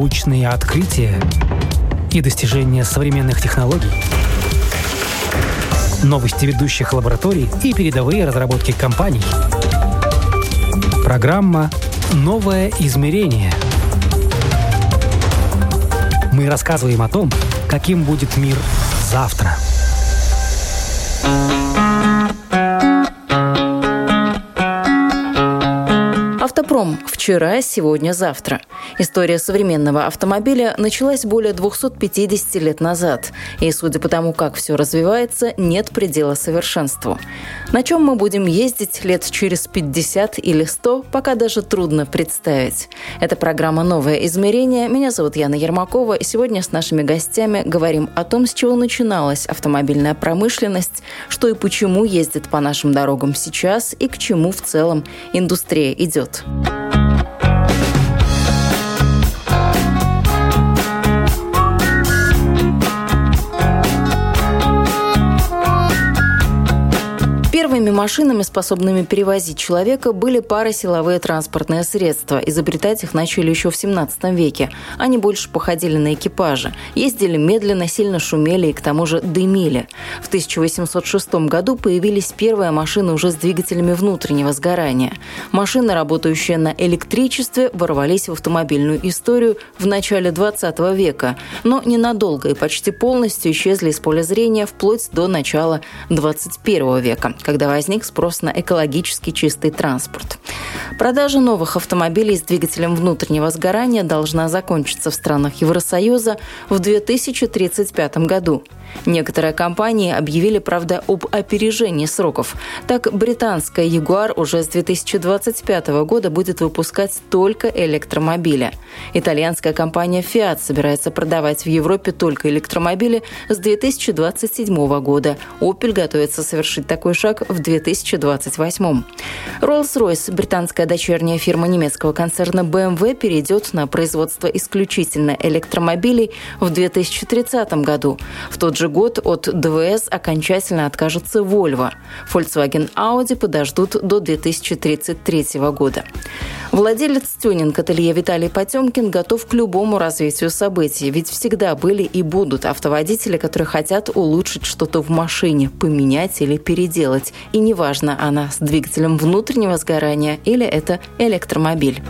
научные открытия и достижения современных технологий, новости ведущих лабораторий и передовые разработки компаний. Программа «Новое измерение». Мы рассказываем о том, каким будет мир завтра. Автопром. Вчера, сегодня, завтра. История современного автомобиля началась более 250 лет назад. И, судя по тому, как все развивается, нет предела совершенству. На чем мы будем ездить лет через 50 или 100, пока даже трудно представить. Это программа «Новое измерение». Меня зовут Яна Ермакова. И сегодня с нашими гостями говорим о том, с чего начиналась автомобильная промышленность, что и почему ездит по нашим дорогам сейчас и к чему в целом индустрия идет. Первыми машинами, способными перевозить человека, были паросиловые транспортные средства. Изобретать их начали еще в 17 веке. Они больше походили на экипажи. Ездили медленно, сильно шумели и к тому же дымили. В 1806 году появились первые машины уже с двигателями внутреннего сгорания. Машины, работающие на электричестве, ворвались в автомобильную историю в начале 20 века, но ненадолго и почти полностью исчезли из поля зрения вплоть до начала 21 века, когда возник спрос на экологически чистый транспорт. Продажа новых автомобилей с двигателем внутреннего сгорания должна закончиться в странах Евросоюза в 2035 году. Некоторые компании объявили, правда, об опережении сроков. Так, британская Jaguar уже с 2025 года будет выпускать только электромобили. Итальянская компания Fiat собирается продавать в Европе только электромобили с 2027 года. Opel готовится совершить такой шаг в 2028. Rolls-Royce, британская дочерняя фирма немецкого концерна BMW, перейдет на производство исключительно электромобилей в 2030 году. В тот же год от ДВС окончательно откажется Volvo. Volkswagen Audi подождут до 2033 года. Владелец тюнинг-ателье Виталий Потемкин готов к любому развитию событий, ведь всегда были и будут автоводители, которые хотят улучшить что-то в машине, поменять или переделать. И неважно, она с двигателем внутреннего сгорания или это электромобиль.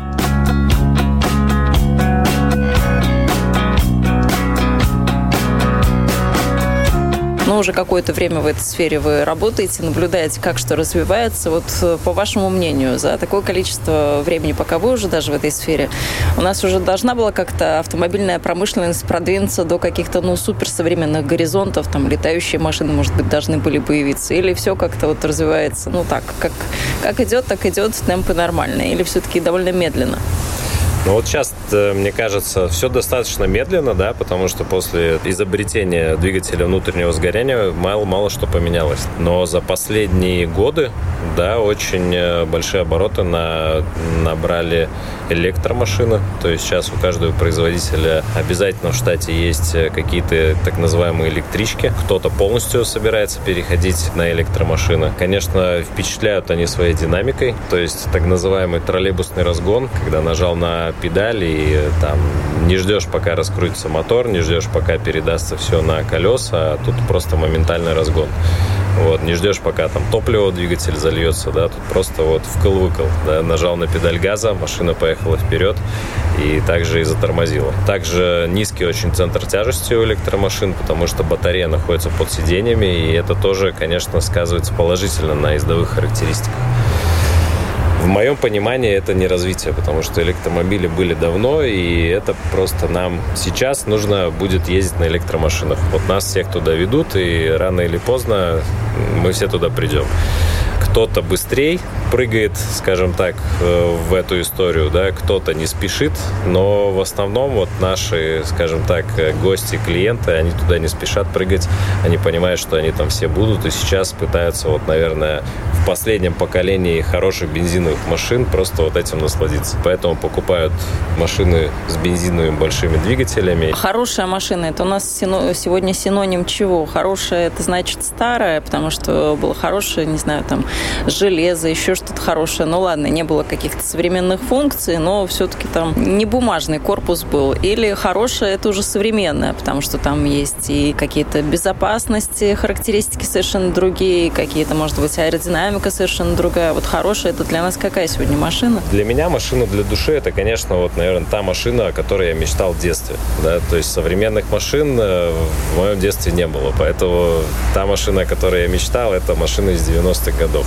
Но уже какое-то время в этой сфере вы работаете, наблюдаете, как что развивается. Вот по вашему мнению, за такое количество времени, пока вы уже даже в этой сфере, у нас уже должна была как-то автомобильная промышленность продвинуться до каких-то суперсовременных горизонтов, там летающие машины, может быть, должны были появиться, или все как-то вот развивается, так, как идет, так идет, темпы нормальные, или все-таки довольно медленно? Вот сейчас, мне кажется, все достаточно медленно, да, потому что после изобретения двигателя внутреннего сгорания мало что поменялось. Но за последние годы, да, очень большие обороты набрали электромашины. То есть сейчас у каждого производителя обязательно в штате есть какие-то так называемые электрички. Кто-то полностью собирается переходить на электромашины. Конечно, впечатляют они своей динамикой. То есть так называемый троллейбусный разгон, когда нажал на педаль и там не ждешь, пока раскрутится мотор, не ждешь, пока передастся все на колеса, а тут просто моментальный разгон. Не ждешь, пока там топливо двигатель зальется, да, тут просто вкл-выкл, да, нажал на педаль газа, машина поехала вперед и также и затормозила. Также низкий очень центр тяжести у электромашин, потому что батарея находится под сиденьями, и это тоже, конечно, сказывается положительно на ездовых характеристиках. В моем понимании это не развитие, потому что электромобили были давно, и это просто нам сейчас нужно будет ездить на электромашинах. Нас всех туда ведут, и рано или поздно мы все туда придем. Кто-то быстрее прыгает, скажем так, в эту историю, да, кто-то не спешит, но в основном наши, скажем так, гости, клиенты, они туда не спешат прыгать, они понимают, что они там все будут, и сейчас пытаются, наверное, в последнем поколении хороших бензиновых машин просто вот этим насладиться. Поэтому покупают машины с бензиновыми большими двигателями. Хорошая машина, это у нас сегодня синоним чего? Хорошая, это значит старая, потому что было хорошее, не знаю, там, железо, еще что-то хорошее. Ну ладно, не было каких-то современных функций, но все-таки там не бумажный корпус был. Или хорошее, это уже современное, потому что там есть и какие-то безопасности, характеристики совершенно другие, какие-то, может быть, аэродинамика совершенно другая. Вот хорошая, это для нас какая сегодня машина? Для меня машина для души, это, конечно, вот, наверное, та машина, о которой я мечтал в детстве. Да? То есть современных машин в моем детстве не было. Поэтому та машина, о которой я мечтал, это машина из 90-х годов.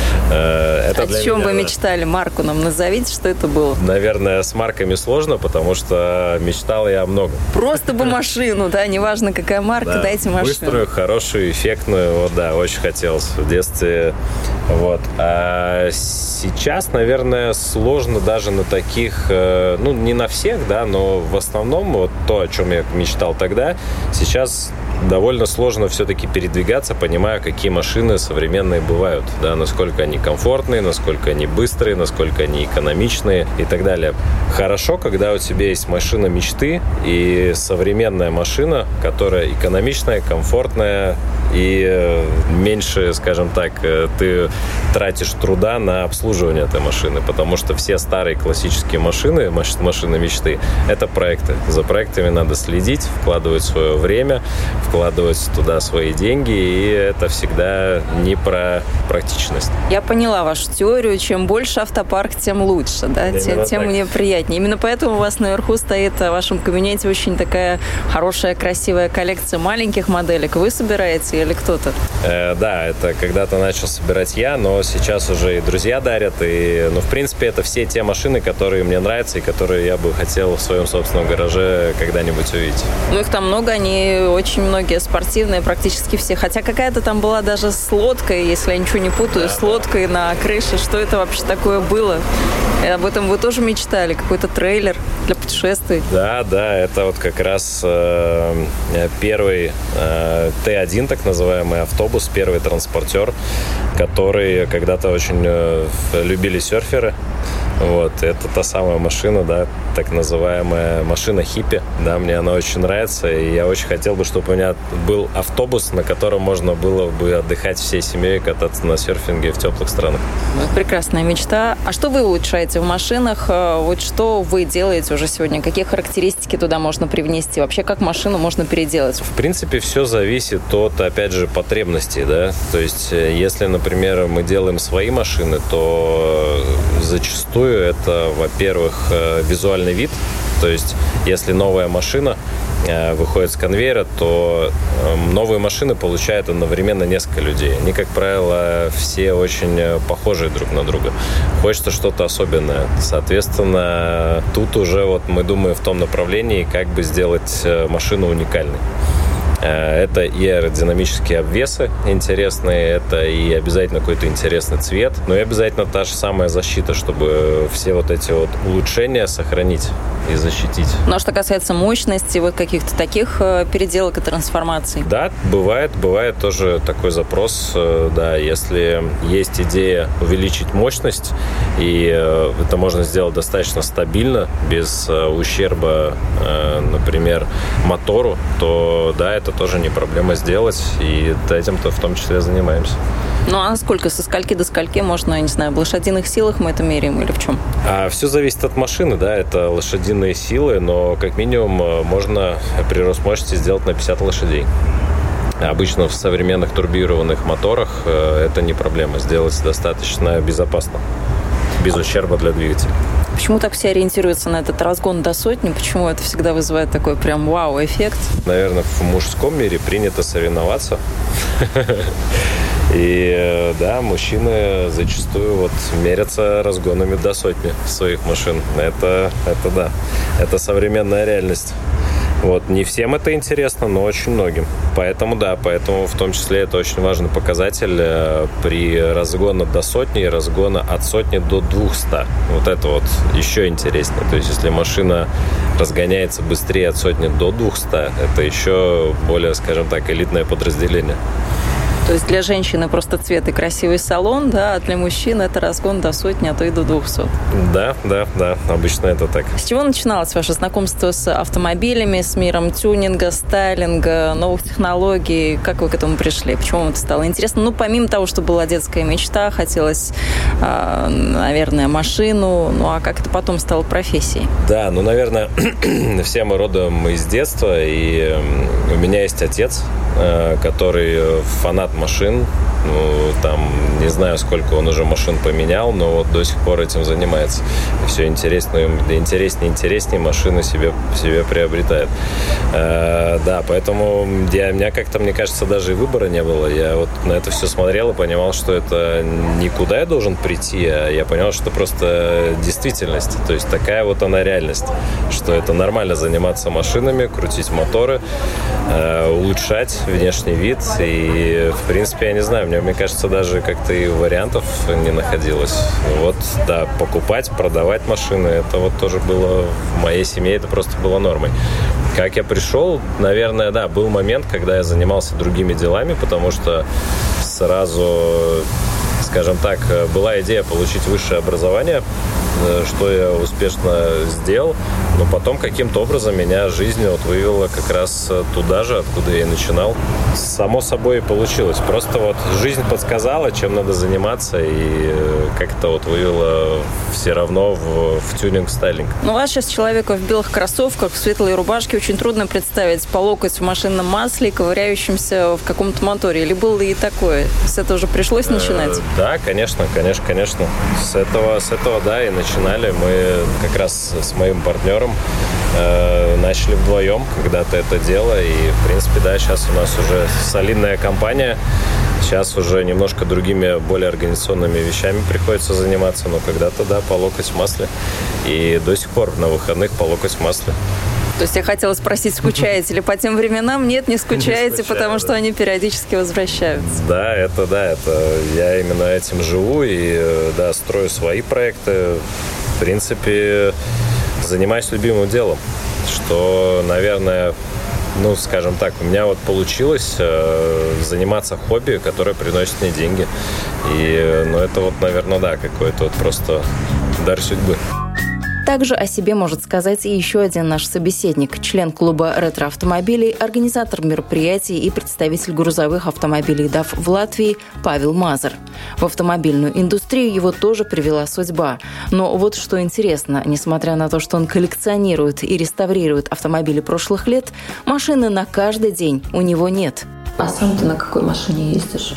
Это о чем вы мечтали? Марку нам назовите, что это было? Наверное, с марками сложно, потому что мечтал я о многом. Просто бы машину, да, неважно какая марка, да, дайте машину. Быструю, хорошую, эффектную, вот, да, очень хотелось в детстве. Вот. А сейчас, наверное, сложно даже на таких, ну, не на всех, да, но в основном вот то, о чем я мечтал тогда, сейчас довольно сложно все-таки передвигаться, понимая, какие машины современные бывают, да, насколько они комфортные, насколько они быстрые, насколько они экономичные и так далее. Хорошо, когда у тебя есть машина мечты и современная машина, которая экономичная, комфортная и меньше, скажем так, ты тратишь труда на обслуживание этой машины, потому что все старые классические машины, машины мечты, это проекты. За проектами надо следить, вкладывать свое время, вкладывать туда свои деньги, и это всегда не про практичность. Я поняла вашу теорию. Чем больше автопарк, тем лучше, да? Тем мне приятнее. Именно поэтому у вас наверху стоит в вашем кабинете очень такая хорошая, красивая коллекция маленьких моделек. Вы собираете или кто-то? Да, это когда-то начал собирать я, но сейчас уже и друзья дарят. И, ну, в принципе, это все те машины, которые мне нравятся и которые я бы хотел в своем собственном гараже когда-нибудь увидеть. Ну, их там много, они очень многие спортивные, практически все. Хотя какая-то там была даже с лодкой, если я ничего не путаю, с лодкой на крыше. Что это вообще такое было? И об этом вы тоже мечтали? Какой-то трейлер для путешествий? Да, это вот как раз первый Т1, так называемый автобус, первый транспортер, который когда-то очень любили серферы. Вот, это та самая машина, да, так называемая машина хиппи. Да, мне она очень нравится, и я очень хотел бы, чтобы у меня был автобус, на котором можно было бы отдыхать всей семьей, кататься на серфинге в теплых странах. Прекрасная мечта. А что вы улучшаете в машинах? Вот что вы делаете уже сегодня? Какие характеристики туда можно привнести? Вообще, как машину можно переделать? В принципе, все зависит от, опять же, потребностей, да. То есть, если, например, мы делаем свои машины, то зачастую это, во-первых, визуальный вид. То есть, если новая машина выходит с конвейера, то новые машины получают одновременно несколько людей. Они, как правило, все очень похожие друг на друга. Хочется что-то особенное. Соответственно, тут уже вот мы думаем в том направлении, как бы сделать машину уникальной. Это и аэродинамические обвесы интересные, это и обязательно какой-то интересный цвет, но и обязательно та же самая защита, чтобы все вот эти вот улучшения сохранить и защитить. Ну, а что касается мощности, вот каких-то таких переделок и трансформаций? Да, бывает тоже такой запрос, да, если есть идея увеличить мощность, и это можно сделать достаточно стабильно, без ущерба, например, мотору, то да, это тоже не проблема сделать, и этим-то в том числе занимаемся. Ну, а сколько, со скольки до скольки можно, я не знаю, в лошадиных силах мы это меряем или в чем? Все зависит от машины, да, это лошадиные силы, но как минимум можно прирост мощности сделать на 50 лошадей. Обычно в современных турбированных моторах это не проблема, сделать достаточно безопасно, без ущерба для двигателя. Почему так все ориентируются на этот разгон до сотни? Почему это всегда вызывает такой прям вау-эффект? Наверное, в мужском мире принято соревноваться. И да, мужчины зачастую вот мерятся разгонами до сотни своих машин. Это да, это современная реальность. Вот. Не всем это интересно, но очень многим. Поэтому в том числе это очень важный показатель при разгоне до сотни и разгона от сотни до 200. Вот это вот еще интереснее. То есть если машина разгоняется быстрее от сотни до 200, это еще более, скажем так, элитное подразделение. То есть для женщины просто цвет и красивый салон, да, а для мужчин это разгон до сотни, а то и до 200. Да, обычно это так. С чего начиналось ваше знакомство с автомобилями, с миром тюнинга, стайлинга, новых технологий? Как вы к этому пришли? Почему вам это стало интересно? Ну, помимо того, что была детская мечта, хотелось, наверное, машину, ну, а как это потом стало профессией? Да, ну, наверное, все мы родом из детства, и у меня есть отец, который фанат машин. Ну, там, не знаю, сколько он уже машин поменял, но вот до сих пор этим занимается. И все интереснее машины себе приобретает. Да, поэтому у меня как-то, мне кажется, даже и выбора не было. Я вот на это все смотрел и понимал, что это никуда я должен прийти, а я понял, что просто действительность. То есть такая вот она реальность, что это нормально заниматься машинами, крутить моторы, улучшать внешний вид. И, в принципе, я не знаю, мне кажется, даже как-то и вариантов не находилось. Вот, да, покупать, продавать машины, это вот тоже было в моей семье, это просто было нормой. Как я пришел, наверное, да, был момент, когда я занимался другими делами, потому что сразу, скажем так, была идея получить высшее образование, что я успешно сделал, но потом каким-то образом меня жизнь вот вывела как раз туда же, откуда я и начинал. Само собой получилось. Просто вот жизнь подсказала, чем надо заниматься, и как-то вот вывела все равно в тюнинг-стайлинг. Ну, вас сейчас человека в белых кроссовках, в светлой рубашке очень трудно представить по локоть в машинном масле, ковыряющимся в каком-то моторе. Или было и такое? С этого уже пришлось начинать? Да, конечно. С этого, да, и начинали. Мы как раз с моим партнером начали вдвоем когда-то это дело. И, в принципе, да, сейчас у нас уже солидная компания. Сейчас уже немножко другими, более организационными вещами приходится заниматься. Но когда-то, да, по локоть в масле. И до сих пор на выходных по локоть в масле. То есть я хотела спросить, скучаете ли по тем временам? Нет, не скучаете, потому что они периодически возвращаются. Да, это я именно этим живу и, да, строю свои проекты. В принципе, занимаюсь любимым делом, что, наверное, ну, скажем так, у меня вот получилось заниматься хобби, которое приносит мне деньги. И, ну, это вот, наверное, да, какой-то вот просто дар судьбы. Также о себе может сказать и еще один наш собеседник, член клуба ретро-автомобилей, организатор мероприятий и представитель грузовых автомобилей ДАФ в Латвии Павел Мазер. В автомобильную индустрию его тоже привела судьба. Но вот что интересно, несмотря на то, что он коллекционирует и реставрирует автомобили прошлых лет, машины на каждый день у него нет. А сам ты на какой машине ездишь?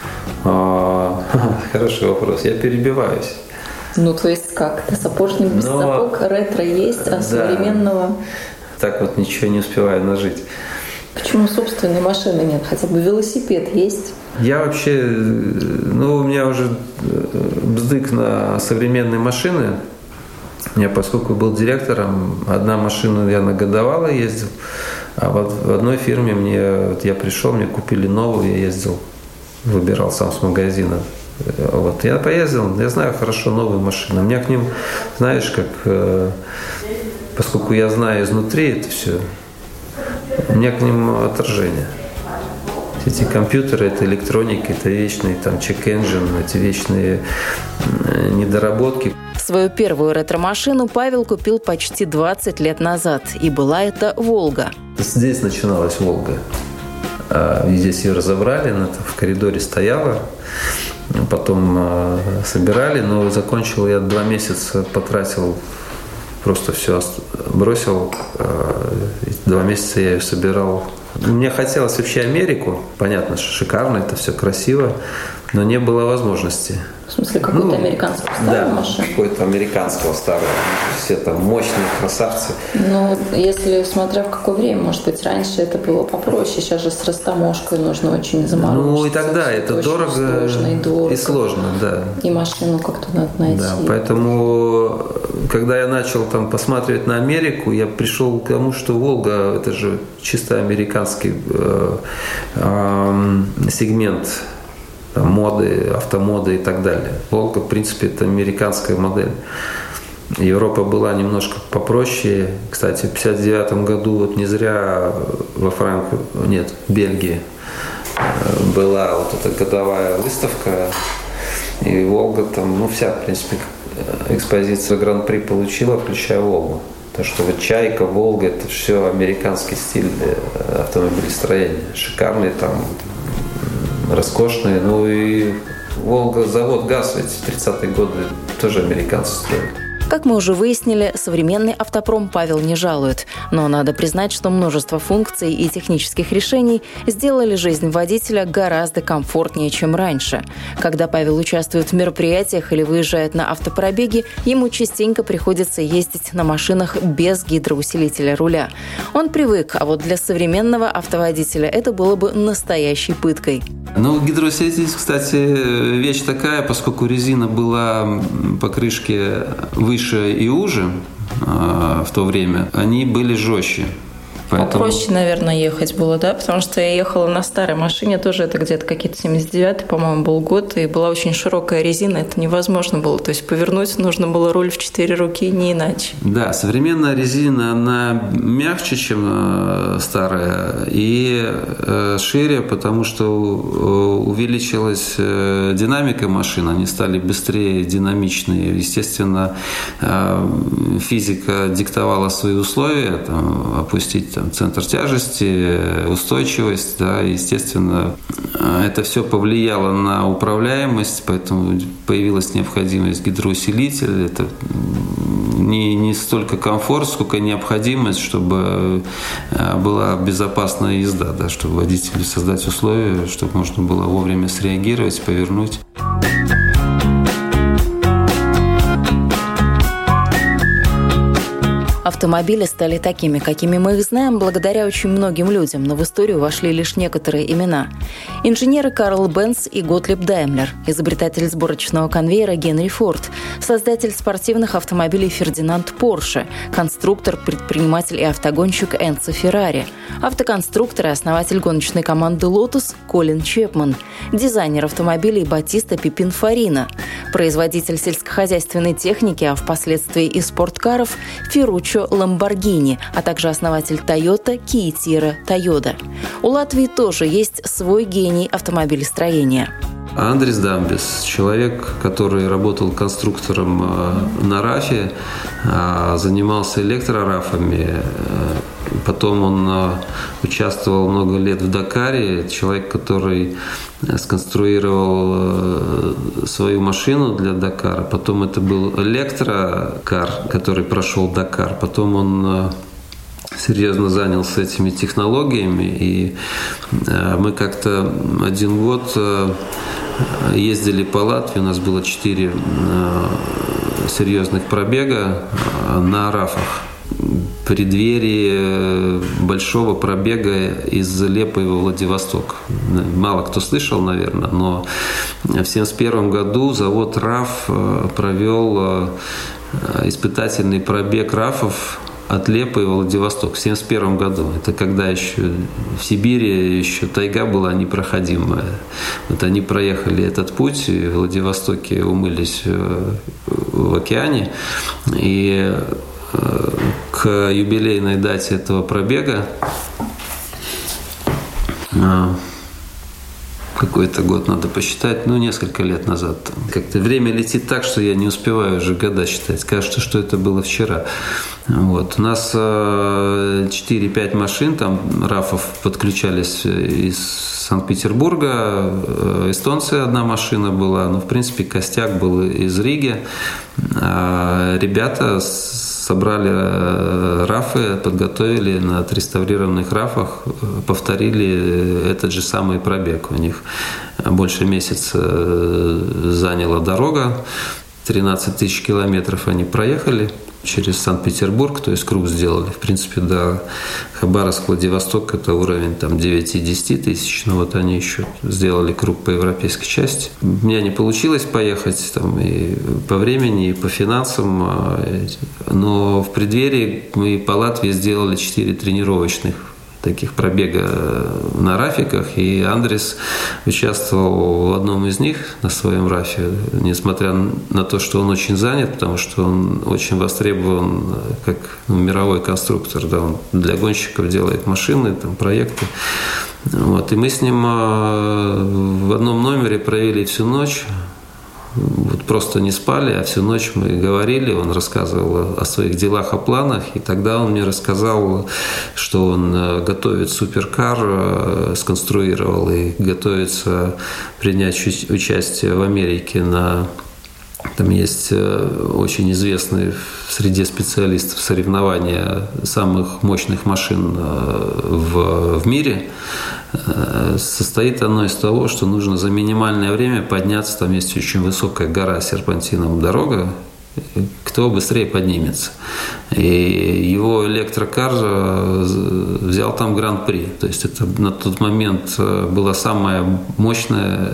Хороший вопрос. Я перебиваюсь. Ну, то есть как? Ты сапожник без сапог, ретро есть, а современного... Так вот ничего не успеваю нажить. Почему собственной машины нет? Хотя бы велосипед есть? Я вообще... Ну, у меня уже бздык на современные машины. Я, поскольку был директором, одна машина я на годовало ездил, а в одной фирме вот я пришел, мне купили новую, я ездил, выбирал сам с магазина. Вот. Я поездил, я знаю хорошо новые машины. У меня к ним, знаешь, как, поскольку я знаю изнутри это все, у меня к ним отражение. Эти компьютеры, это электроника, это вечные там чек-энджин, эти вечные недоработки. Свою первую ретро-машину Павел купил почти 20 лет назад. И была это «Волга». Здесь начиналась «Волга». Здесь ее разобрали, она там в коридоре стояла. Потом собирали, но закончил я 2 месяца, потратил, просто все бросил. 2 месяца я ее собирал. Мне хотелось вообще Америку. Понятно, что шикарно, это все красиво, но не было возможности. В смысле, какой-то американского старого машины? Какой-то американского старого. Все там мощные красавцы. Ну, если смотря в какое время, может быть, раньше это было попроще. Сейчас же с растаможкой нужно очень заморочиться. Ну и тогда это дорого и сложно, да. И машину как-то надо найти. Да, поэтому, когда я начал там посматривать на Америку, я пришел к тому, что Волга, это же чисто американский сегмент. Моды, автомоды и так далее. Волга, в принципе, это американская модель. Европа была немножко попроще. Кстати, в 1959 году вот не зря в Бельгии была вот эта годовая выставка, и Волга там, вся, в принципе, экспозиция Гран-при получила, включая Волгу. То, что вот Чайка, Волга, это все американский стиль автомобилестроения. Шикарные там, роскошные. И Волга, завод ГАЗ ведь в 30-е годы тоже американцы строили. Как мы уже выяснили, современный автопром Павел не жалует. Но надо признать, что множество функций и технических решений сделали жизнь водителя гораздо комфортнее, чем раньше. Когда Павел участвует в мероприятиях или выезжает на автопробеги, ему частенько приходится ездить на машинах без гидроусилителя руля. Он привык, а вот для современного автоводителя это было бы настоящей пыткой. Гидроусилитель, кстати, вещь такая, поскольку резина была по крышке выше и уже в то время, они были жестче. Поэтому... Проще, наверное, ехать было, да? Потому что я ехала на старой машине, тоже это где-то какие-то 79-й, по-моему, был год, и была очень широкая резина, это невозможно было. То есть повернуть нужно было руль в 4 руки, не иначе. Да, современная резина, она мягче, чем старая, и шире, потому что увеличилась динамика машин, они стали быстрее, динамичнее. Естественно, физика диктовала свои условия, опустить центр тяжести, устойчивость, естественно, это все повлияло на управляемость, поэтому появилась необходимость гидроусилителя. Это не столько комфорт, сколько необходимость, чтобы была безопасная езда, чтобы водителю создать условия, чтобы можно было вовремя среагировать, повернуть. Автомобили стали такими, какими мы их знаем, благодаря очень многим людям, но в историю вошли лишь некоторые имена. Инженеры Карл Бенц и Готлиб Даймлер, изобретатель сборочного конвейера Генри Форд, создатель спортивных автомобилей Фердинанд Порше, конструктор, предприниматель и автогонщик Энцо Феррари, автоконструктор и основатель гоночной команды «Лотус» Колин Чепман, дизайнер автомобилей Батиста Пипинфарина, производитель сельскохозяйственной техники, а впоследствии и спорткаров Ферруччо Ламборгини, а также основатель Toyota Киитиро Тойода. У Латвии тоже есть свой гений автомобилестроения. Андрис Дамбис, человек, который работал конструктором на РАФе, занимался электрорафами. Потом он участвовал много лет в Дакаре. Человек, который сконструировал свою машину для Дакара. Потом это был электрокар, который прошел Дакар. Потом он серьезно занялся этими технологиями. И мы как-то один год ездили по Латвии. У нас было 4 серьезных пробега на рафах. В преддверии большого пробега из Лепы во Владивосток. Мало кто слышал, наверное, но в 1971 году завод РАФ провел испытательный пробег рафов от Лепы во Владивосток в 1971 году. Это когда еще в Сибири еще тайга была непроходимая. Вот они проехали этот путь, и в Владивостоке умылись в океане. И к юбилейной дате этого пробега, какой-то год надо посчитать, несколько лет назад. Как-то время летит так, что я не успеваю уже года считать. Кажется, что это было вчера. Вот. У нас 4-5 машин, там рафов подключались из Санкт-Петербурга, эстонцы одна машина была, но в принципе костяк был из Риги. Ребята собрали рафы, подготовили на отреставрированных рафах, повторили этот же самый пробег. У них больше месяца заняла дорога, 13 тысяч километров они проехали через Санкт-Петербург, то есть круг сделали. В принципе, до Хабаровск, Владивосток это уровень 9-10 тысяч, но вот они еще сделали круг по европейской части. У меня не получилось поехать и по времени, и по финансам, но в преддверии мы по Латвии сделали 4 тренировочных таких пробега на рафиках, и Андрис участвовал в одном из них на своем рафе, несмотря на то, что он очень занят, потому что он очень востребован как мировой конструктор, он для гонщиков делает машины, проекты. Вот, и мы с ним в одном номере провели всю ночь. Вот просто не спали, а всю ночь мы говорили, он рассказывал о своих делах, о планах, и тогда он мне рассказал, что он готовит суперкар, сконструировал и готовится принять участие в Америке Там есть очень известные в среде специалистов соревнования самых мощных машин в мире. Состоит оно из того, что нужно за минимальное время подняться. Там есть очень высокая гора, серпантином дорога. Кто быстрее поднимется. И его электрокар взял там гран-при. То есть это на тот момент была самая мощная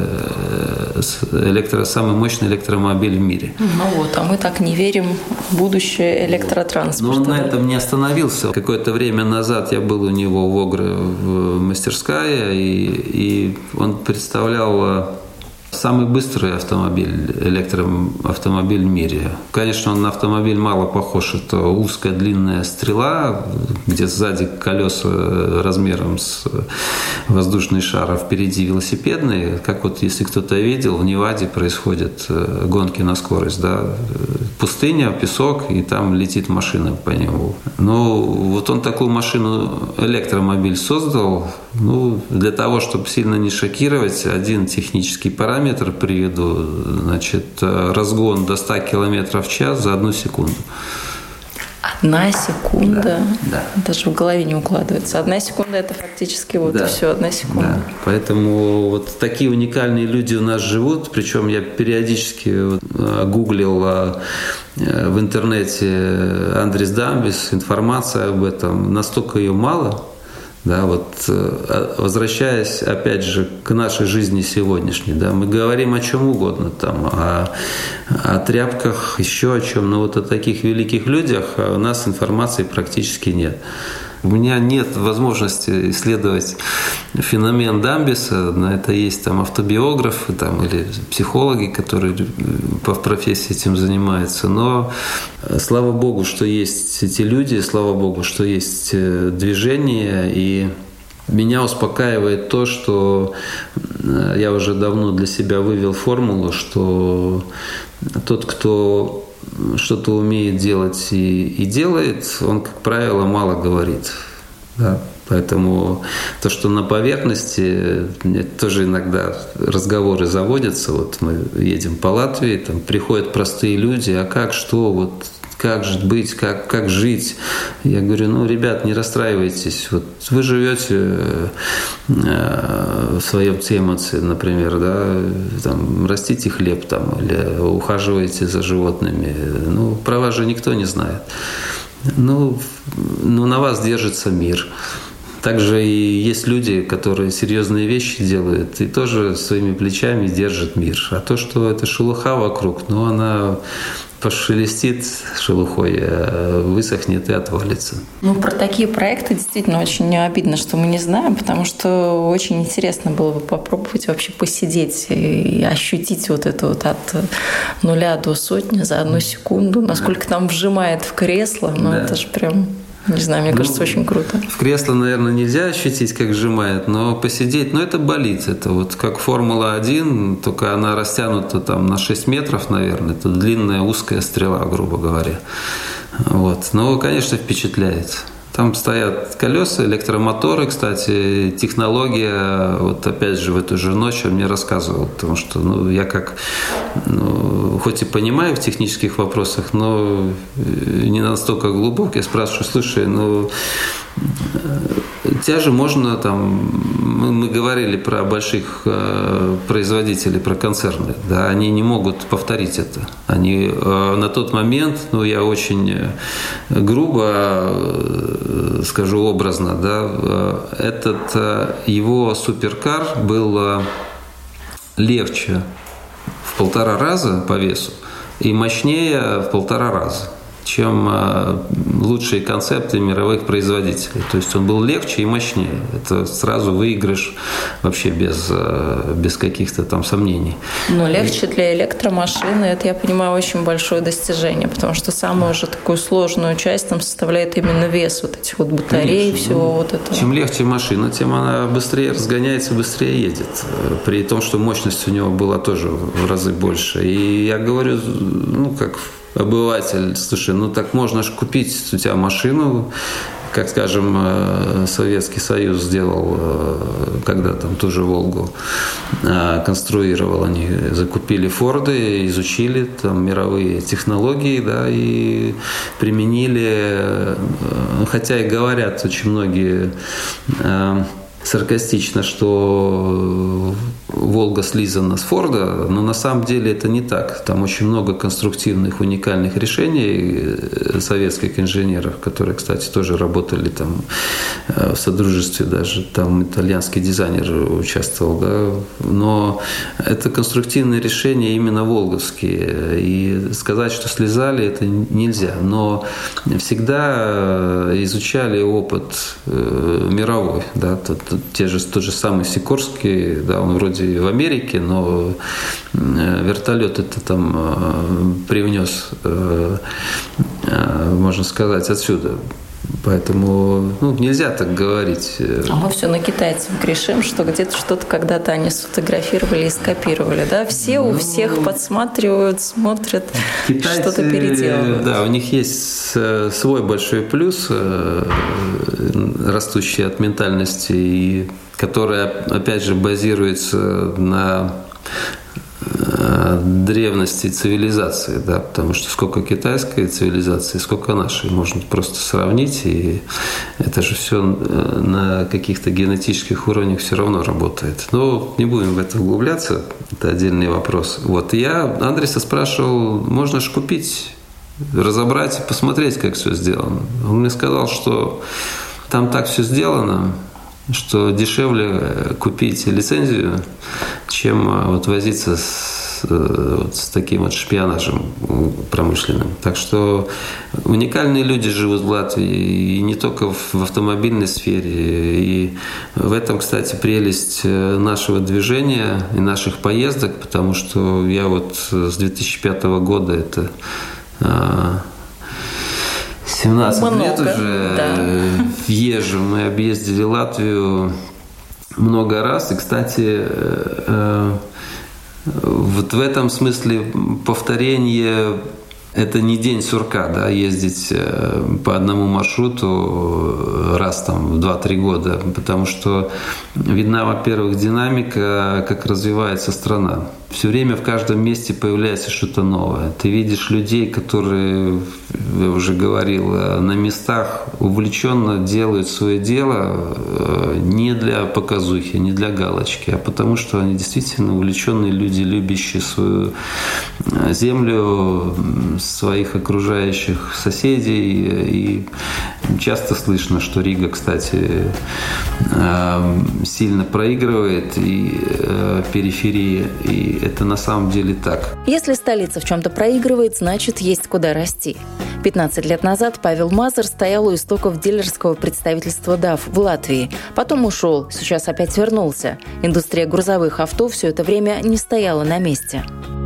самый мощный электромобиль в мире. А мы так не верим в будущее электротранспорта. Но он на этом не остановился. Какое-то время назад я был у него в Огре в мастерской, и он представлял самый быстрый электроавтомобиль в мире. Конечно, он на автомобиль мало похож. Это узкая длинная стрела, где сзади колеса размером с воздушный шар, а впереди велосипедные. Как вот если кто-то видел, в Неваде происходят гонки на скорость. Да? Пустыня, песок, и там летит машина по нему. Ну, вот он такую машину, электромобиль создал, для того, чтобы сильно не шокировать. Один технический параметр приведу. Значит, разгон до 100 км в час за 1 секунду. 1 секунда? Да. Даже в голове не укладывается. 1 секунда – это фактически и все, 1 секунда. Да. Поэтому вот такие уникальные люди у нас живут. Причем я периодически гуглил в интернете Андрис Дамбис, информация об этом. Настолько ее мало. Да, вот возвращаясь опять же к нашей жизни сегодняшней, да, мы говорим о чем угодно, там, о тряпках, еще о чем, но вот о таких великих людях у нас информации практически нет. У меня нет возможности исследовать феномен Дамбиса, на это есть там автобиографы там, или психологи, которые по профессии этим занимаются, но слава Богу, что есть эти люди, слава Богу, что есть движение, и меня успокаивает то, что я уже давно для себя вывел формулу, что тот, кто что-то умеет делать и делает, он, как правило, мало говорит. Да? Поэтому то, что на поверхности, тоже иногда разговоры заводятся. Вот мы едем по Латвии, там приходят простые люди, а как, что, вот как же быть, как жить. Я говорю, ребят, не расстраивайтесь. Вот вы живете в своем темаце, например, да, там, растите хлеб там, или ухаживаете за животными. Про вас же никто не знает. На вас держится мир. Также и есть люди, которые серьезные вещи делают и тоже своими плечами держат мир. А то, что это шелуха вокруг, она пошелестит шелухой, высохнет и отвалится. Про такие проекты действительно очень обидно, что мы не знаем, потому что очень интересно было бы попробовать вообще посидеть и ощутить вот это вот от 0 до 100 за 1 секунду, насколько там вжимает в кресло, это же прям... Не знаю, мне кажется, очень круто. В кресло, наверное, нельзя ощутить, как сжимает, но посидеть, это болит. Это вот как Формула-1, только она растянута там на 6 метров, наверное. Это длинная узкая стрела, грубо говоря. Вот. Но, конечно, впечатляет. Там стоят колеса, электромоторы, кстати, технология, вот опять же в эту же ночь он мне рассказывал, потому что я хоть и понимаю в технических вопросах, но не настолько глубоко. Я спрашиваю, слушай, тебя же можно там, мы говорили про больших производителей, про концерны, да, они не могут повторить это. Они на тот момент, я очень грубо скажу, образно, да, этот его суперкар был легче в 1,5 раза по весу и мощнее в 1,5 раза, чем лучшие концепты мировых производителей. То есть он был легче и мощнее. Это сразу выигрыш вообще без каких-то там сомнений. Но легче для электромашины, это, я понимаю, очень большое достижение, потому что самую же такую сложную часть там составляет именно вес вот этих вот батарей, конечно, всего вот этого. Чем легче машина, тем она быстрее разгоняется, быстрее едет. При том, что мощность у него была тоже в разы больше. И я говорю, как обыватель, слушай, так можно же купить у тебя машину, как, скажем, Советский Союз сделал, когда там ту же «Волгу» конструировал, они закупили «Форды», изучили там мировые технологии, да, и применили, хотя и говорят очень многие саркастично, что «Волга» слизана с «Форда», но на самом деле это не так. Там очень много конструктивных, уникальных решений советских инженеров, которые, кстати, тоже работали там в содружестве, даже там итальянский дизайнер участвовал. Да? Но это конструктивные решения именно волговские. И сказать, что слезали, это нельзя. Но всегда изучали опыт мировой. Да? Тот же самый Сикорский, да, он вроде в Америке, но вертолет это там привнес, можно сказать, отсюда. Поэтому нельзя так говорить. А мы все на китайцев грешим, что где-то что-то когда-то они сфотографировали и скопировали. Да? Все у всех подсматривают, смотрят, китайцы, что-то переделывают. Да, у них есть свой большой плюс, растущий от ментальности, и которая, опять же, базируется на древности цивилизации, да, потому что сколько китайской цивилизации, сколько нашей можно просто сравнить, и это же все на каких-то генетических уровнях все равно работает. Но не будем в это углубляться, это отдельный вопрос. Вот я Андреса спрашивал, можно же купить, разобрать и посмотреть, как все сделано. Он мне сказал, что там так все сделано, что дешевле купить лицензию, чем вот возиться с таким вот шпионажем промышленным. Так что уникальные люди живут в Латвии, и не только в автомобильной сфере. И в этом, кстати, прелесть нашего движения и наших поездок, потому что я вот с 2005 года, это 17 лет уже езжу. Мы объездили Латвию много раз. И, кстати, вот в этом смысле повторение – это не день сурка, да, ездить по одному маршруту раз там в 2-3 года, потому что видна, во-первых, динамика, как развивается страна. Все время в каждом месте появляется что-то новое. Ты видишь людей, которые, я уже говорил, на местах увлеченно делают свое дело не для показухи, не для галочки, а потому что они действительно увлеченные люди, любящие свою землю, своих окружающих соседей. И часто слышно, что Рига, кстати, сильно проигрывает и периферии, и это на самом деле так. Если столица в чем-то проигрывает, значит, есть куда расти. 15 лет назад Павел Мазур стоял у истоков дилерского представительства DAF в Латвии. Потом ушел, сейчас опять вернулся. Индустрия грузовых авто все это время не стояла на месте.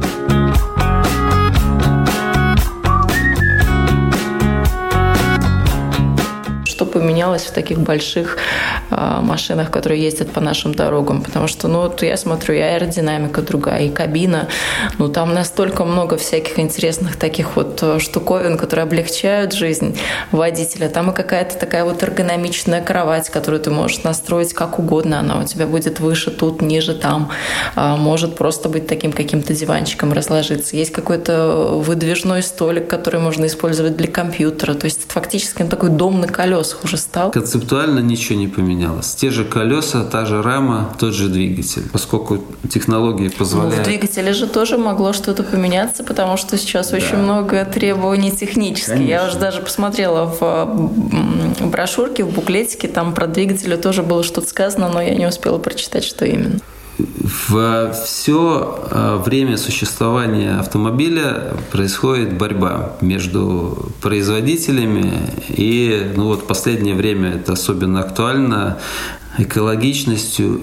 Что поменялось в таких больших машинах, которые ездят по нашим дорогам? Потому что, я смотрю, и аэродинамика другая, и кабина. Там настолько много всяких интересных таких вот штуковин, которые облегчают жизнь водителя. Там и какая-то такая вот эргономичная кровать, которую ты можешь настроить как угодно. Она у тебя будет выше тут, ниже там. Может просто быть таким каким-то диванчиком разложиться. Есть какой-то выдвижной столик, который можно использовать для компьютера. То есть это фактически такой дом на колесах уже стал. Концептуально ничего не поменялось. Те же колеса, та же рама, тот же двигатель. Поскольку технологии позволяют... В двигателе же тоже могло что-то поменяться, потому что сейчас очень много требований технических. Конечно. Я уже даже посмотрела в брошюрке, в буклетике, там про двигатели тоже было что-то сказано, но я не успела прочитать, что именно. все время существования автомобиля происходит борьба между производителями и, в последнее время это особенно актуально, экологичностью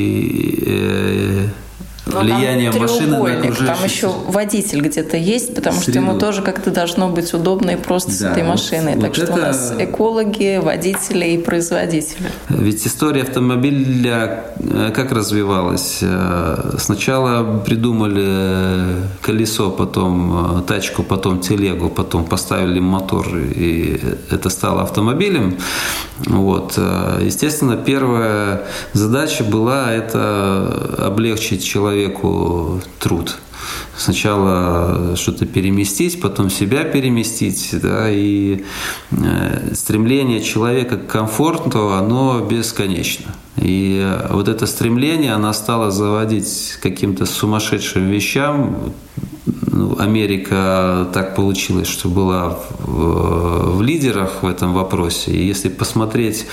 и влияние машины на окружающую. Там еще водитель где-то есть, потому что ему тоже как-то должно быть удобно и просто с этой машиной. Так что у нас экологи, водители и производители. Ведь история автомобиля как развивалась? Сначала придумали колесо, потом тачку, потом телегу, потом поставили мотор, и это стало автомобилем. Естественно, первая задача была это облегчить человеку труд. Сначала что-то переместить, потом себя переместить, и стремление человека к комфорту, оно бесконечно. И это стремление, оно стало заводить к каким-то сумасшедшим вещам. Америка так получилось, что была в лидерах в этом вопросе. И если посмотреть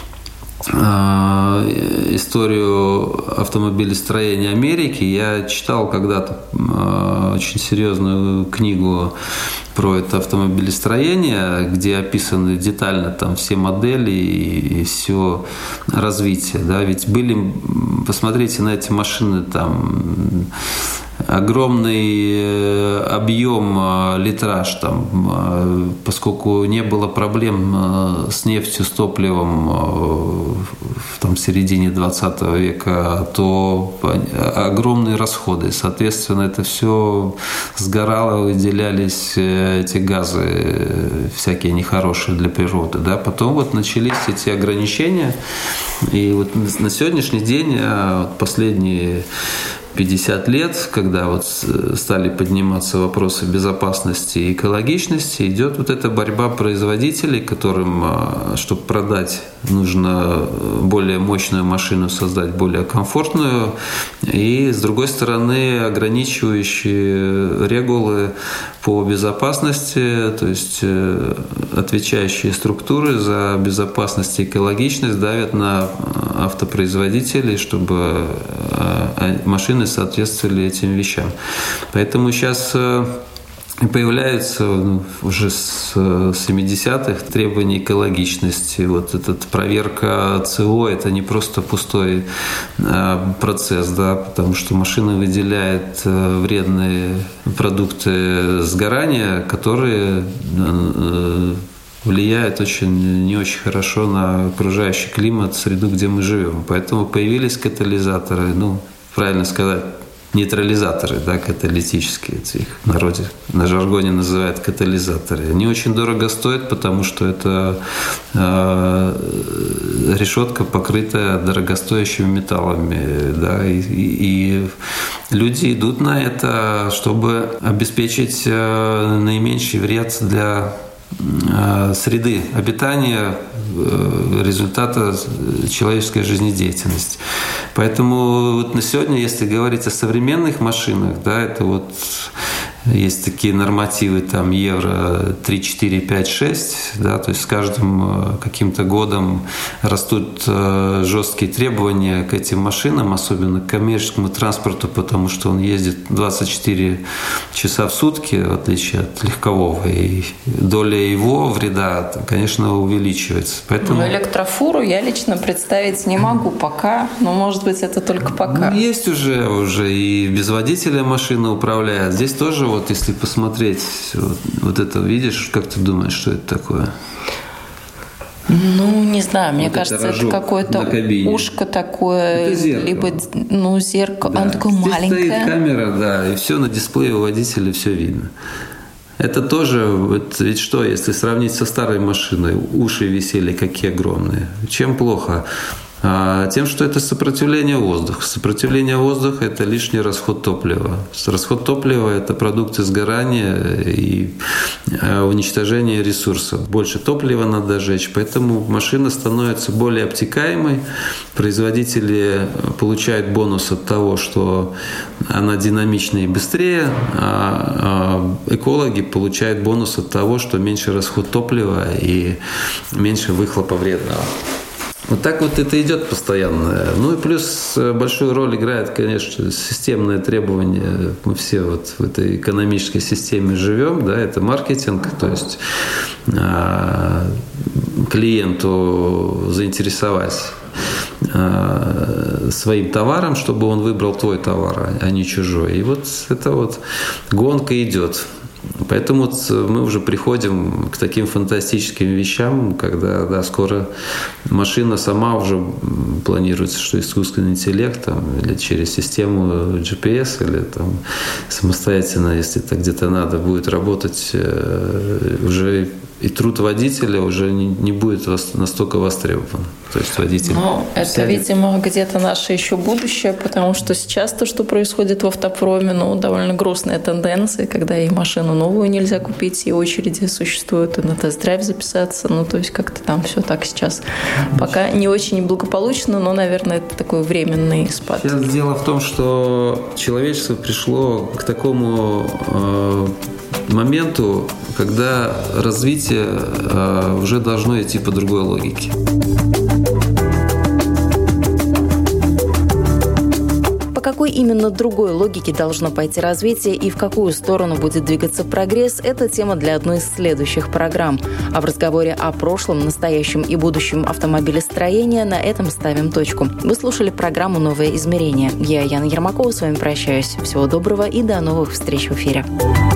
историю автомобилестроения Америки, я читал когда-то очень серьезную книгу про это автомобилестроение, где описаны детально там все модели и все развитие. Ведь посмотрите на эти машины, там огромный объем, литраж, поскольку не было проблем с нефтью, с топливом в середине 20 века, то огромные расходы. Соответственно, это все сгорало, выделялись эти газы всякие нехорошие для природы. Потом начались эти ограничения. И на сегодняшний день, последние 50 лет, когда стали подниматься вопросы безопасности и экологичности, идет эта борьба производителей, которым, чтобы продать, нужно более мощную машину создать, более комфортную, и, с другой стороны, ограничивающие регулы по безопасности, то есть отвечающие структуры за безопасность и экологичность давят на автопроизводителей, чтобы машины соответствовали этим вещам. Поэтому сейчас появляются уже с 70-х требования экологичности. Эта проверка ЦО – это не просто пустой процесс, потому что машина выделяет вредные продукты сгорания, которые влияет не очень хорошо на окружающий климат, среду, где мы живем. Поэтому появились катализаторы, правильно сказать, нейтрализаторы, каталитические, их в народе на жаргоне называют катализаторы. Они очень дорого стоят, потому что это решетка, покрытая дорогостоящими металлами, и люди идут на это, чтобы обеспечить наименьший вред для среды обитания, результата человеческой жизнедеятельности. Поэтому на сегодня, если говорить о современных машинах, это есть такие нормативы евро 3, 4, 5, 6, то есть с каждым каким-то годом растут жесткие требования к этим машинам, особенно к коммерческому транспорту, потому что он ездит 24 часа в сутки, в отличие от легкового, и доля его вреда, конечно, увеличивается. Поэтому электрофуру я лично представить не могу пока, но, может быть, это только пока. Есть уже и без водителя машина управляет. Здесь тоже если посмотреть, это видишь, как ты думаешь, что это такое? Не знаю, мне кажется, это какое-то ушко такое, либо зеркало, оно такое маленькое. Здесь стоит камера, и все на дисплее у водителя все видно. Это тоже, ведь что, если сравнить со старой машиной, уши висели какие огромные. Чем плохо? Тем, что это сопротивление воздуха. Сопротивление воздуха – это лишний расход топлива. Расход топлива – это продукты сгорания и уничтожения ресурсов. Больше топлива надо сжечь, поэтому машина становится более обтекаемой. Производители получают бонус от того, что она динамичнее и быстрее, а экологи получают бонус от того, что меньше расход топлива и меньше выхлопа вредного. Вот так вот это идет постоянно. Ну и плюс большую роль играет, конечно, системное требование. Мы все вот в этой экономической системе живем, да, это маркетинг, то есть клиенту заинтересовать своим товаром, чтобы он выбрал твой товар, а не чужой. И вот эта вот гонка идет. Поэтому вот мы уже приходим к таким фантастическим вещам, когда скоро машина сама уже планируется, что искусственный интеллект там, или через систему GPS, или там, самостоятельно, если это где-то надо, будет работать уже. И труд водителя уже не будет настолько востребован. То есть водитель это, сядет. Видимо, где-то наше еще будущее, потому что сейчас то, что происходит в автопроме, довольно грустная тенденция, когда и машину новую нельзя купить, и очереди существуют, и на тест-драйв записаться. То есть как-то там все так сейчас. Пока не очень благополучно, но, наверное, это такой временный спад. Сейчас дело в том, что человечество пришло к такому моменту, когда развитие уже должно идти по другой логике. По какой именно другой логике должно пойти развитие и в какую сторону будет двигаться прогресс – это тема для одной из следующих программ. А в разговоре о прошлом, настоящем и будущем автомобилестроения на этом ставим точку. Вы слушали программу «Новое измерение». Я, Яна Ермакова, с вами прощаюсь. Всего доброго и до новых встреч в эфире.